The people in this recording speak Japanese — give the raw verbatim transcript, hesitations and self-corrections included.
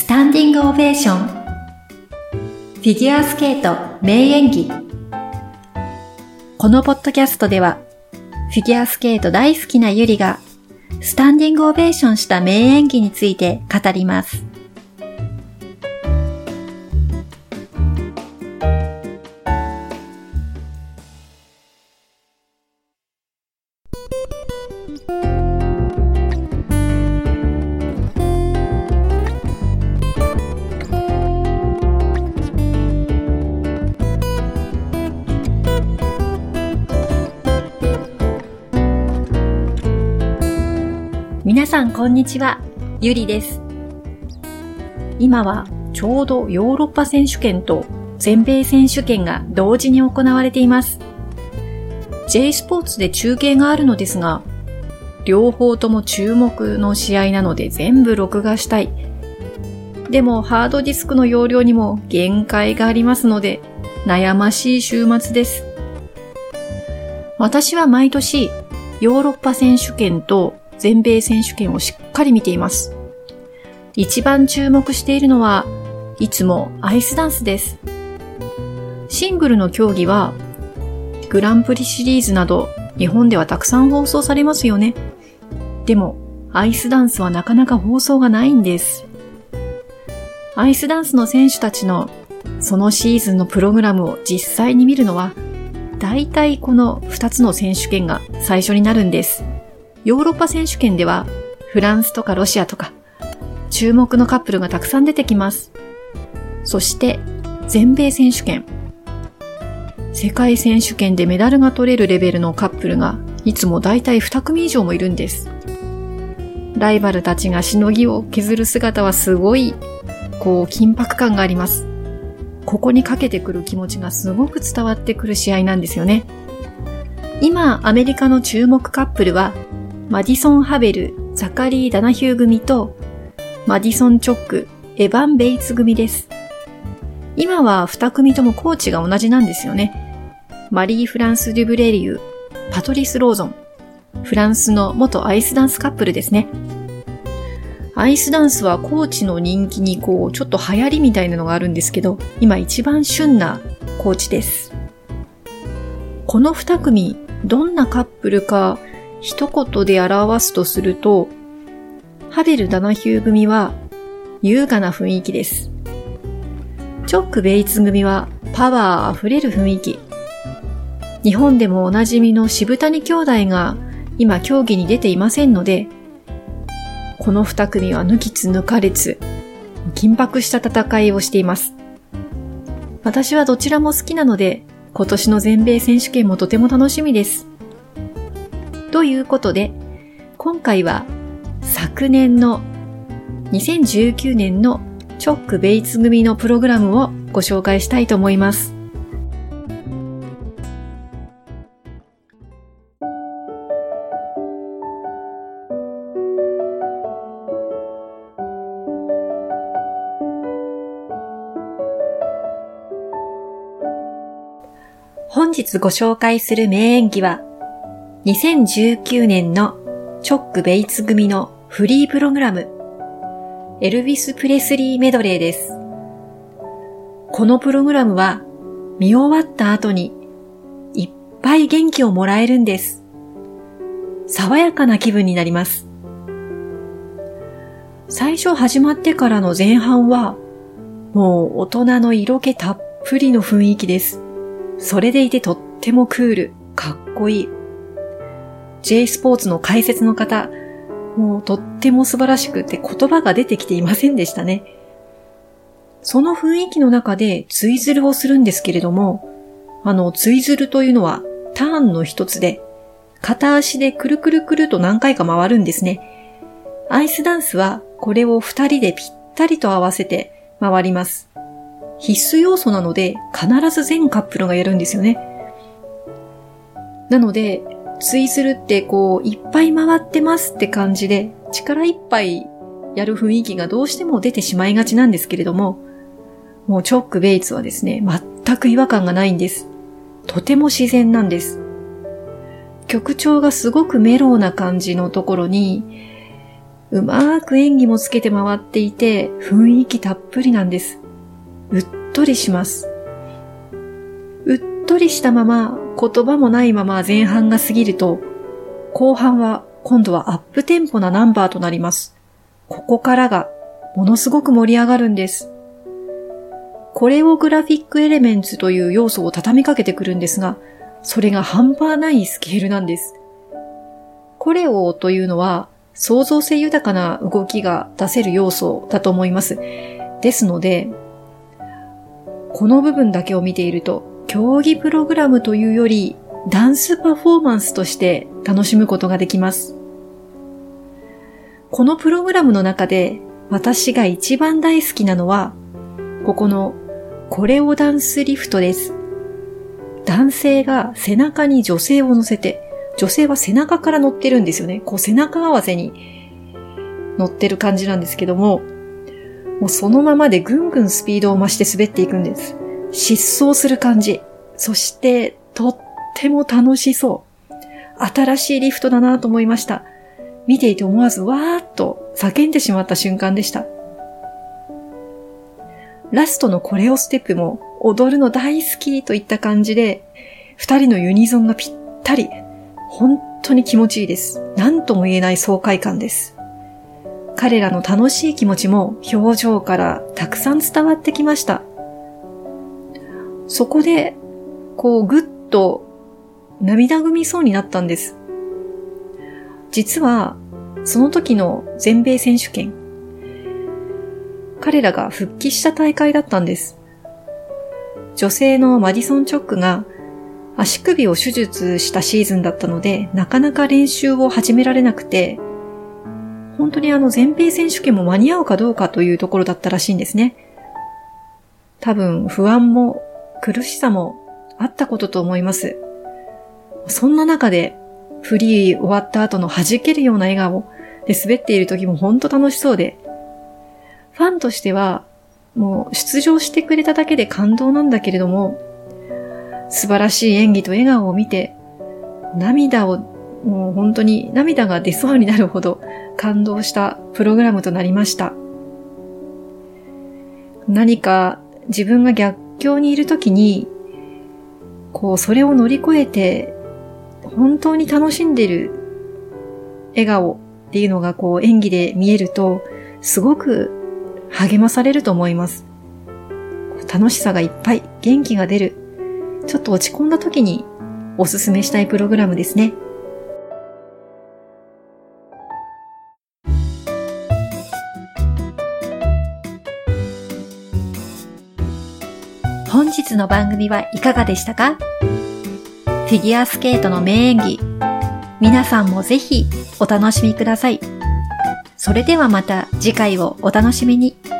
スタンディングオベーション。フィギュアスケート名演技。このポッドキャストでは、フィギュアスケート大好きなゆりが、スタンディングオベーションした名演技について語ります。皆さんこんにちは、ゆりです。今はちょうどヨーロッパ選手権と全米選手権が同時に行われています。J スポーツで中継があるのですが、両方とも注目の試合なので全部録画したい。でもハードディスクの容量にも限界がありますので、悩ましい週末です。私は毎年ヨーロッパ選手権と全米選手権をしっかり見ています。一番注目しているのはいつもアイスダンスです。シングルの競技はグランプリシリーズなど日本ではたくさん放送されますよね。でもアイスダンスはなかなか放送がないんです。アイスダンスの選手たちのそのシーズンのプログラムを実際に見るのはだいたいこのふたつの選手権が最初になるんです。ヨーロッパ選手権ではフランスとかロシアとか注目のカップルがたくさん出てきます。そして全米選手権。世界選手権でメダルが取れるレベルのカップルがいつもだいたいに組以上もいるんです。ライバルたちがしのぎを削る姿はすごいこう緊迫感があります。ここにかけてくる気持ちがすごく伝わってくる試合なんですよね。今アメリカの注目カップルはマディソン・ハベル、ザカリー・ダナヒュー組とマディソン・チョック、エヴァン・ベイツ組です。今はに組ともコーチが同じなんですよね。マリー・フランス・デュブレリュー、パトリス・ローゾン、フランスの元アイスダンスカップルですね。アイスダンスはコーチの人気にこうちょっと流行りみたいなのがあるんですけど、今一番旬なコーチです。このに組、どんなカップルか一言で表すとすると、ハベル・ダナヒュー組は優雅な雰囲気です。チョック・ベイツ組はパワーあふれる雰囲気。日本でもおなじみの渋谷兄弟が今競技に出ていませんので、このに組は抜きつ抜かれつ、緊迫した戦いをしています。私はどちらも好きなので、今年の全米選手権もとても楽しみです。ということで、今回は昨年のにせんじゅうきゅうねんのチョック・ベイツ組のプログラムをご紹介したいと思います。本日ご紹介する名演技はにせんじゅうきゅうねんのチョック・ベイツ組のフリープログラム、エルビス・プレスリーメドレーです。このプログラムは見終わった後にいっぱい元気をもらえるんです。爽やかな気分になります。最初始まってからの前半はもう大人の色気たっぷりの雰囲気です。それでいてとってもクール、かっこいい。J スポーツの解説の方、もうとっても素晴らしくて言葉が出てきていませんでしたね。その雰囲気の中でツイズルをするんですけれども、あのツイズルというのはターンの一つで、片足でくるくるくると何回か回るんですね。アイスダンスはこれを二人でぴったりと合わせて回ります。必須要素なので必ず全カップルがやるんですよね。なので、ツイズルってこういっぱい回ってますって感じで力いっぱいやる雰囲気がどうしても出てしまいがちなんですけれども、もうチョック・ベイツはですね、全く違和感がないんです。とても自然なんです。曲調がすごくメロウな感じのところに、 うまーく演技もつけて回っていて、雰囲気たっぷりなんです。うっとりします。うっとりしたまま、言葉もないまま前半が過ぎると、後半は今度はアップテンポなナンバーとなります。ここからがものすごく盛り上がるんです。コレオグラフィックエレメンツという要素を畳みかけてくるんですが、それが半端ないスケールなんです。コレオというのは創造性豊かな動きが出せる要素だと思います。ですので、この部分だけを見ていると、競技プログラムというよりダンスパフォーマンスとして楽しむことができます。このプログラムの中で私が一番大好きなのは、ここのコレオダンスリフトです。男性が背中に女性を乗せて、女性は背中から乗ってるんですよね。こう背中合わせに乗ってる感じなんですけども、もうそのままでぐんぐんスピードを増して滑っていくんです。疾走する感じ。そしてとっても楽しそう。新しいリフトだなと思いました。見ていて思わずわーっと叫んでしまった瞬間でした。ラストのコレオステップも踊るの大好きといった感じで、二人のユニゾンがぴったり。本当に気持ちいいです。何とも言えない爽快感です。彼らの楽しい気持ちも表情からたくさん伝わってきました。そこで、こうぐっと涙ぐみそうになったんです。実は、その時の全米選手権、彼らが復帰した大会だったんです。女性のマディソン・チョックが足首を手術したシーズンだったので、なかなか練習を始められなくて、本当にあの全米選手権も間に合うかどうかというところだったらしいんですね。多分不安も苦しさもあったことと思います。そんな中でフリー終わった後の弾けるような笑顔で滑っている時も本当楽しそうで、ファンとしてはもう出場してくれただけで感動なんだけれども、素晴らしい演技と笑顔を見て、涙を、もう本当に涙が出そうになるほど感動したプログラムとなりました。何か自分が逆境にいるときに、こうそれを乗り越えて、本当に楽しんでいる笑顔っていうのがこう演技で見えると、すごく励まされると思います。楽しさがいっぱい、元気が出る。ちょっと落ち込んだ時におすすめしたいプログラムですね。本日の番組はいかがでしたか？フィギュアスケートの名演技、皆さんもぜひお楽しみください。それではまた次回をお楽しみに。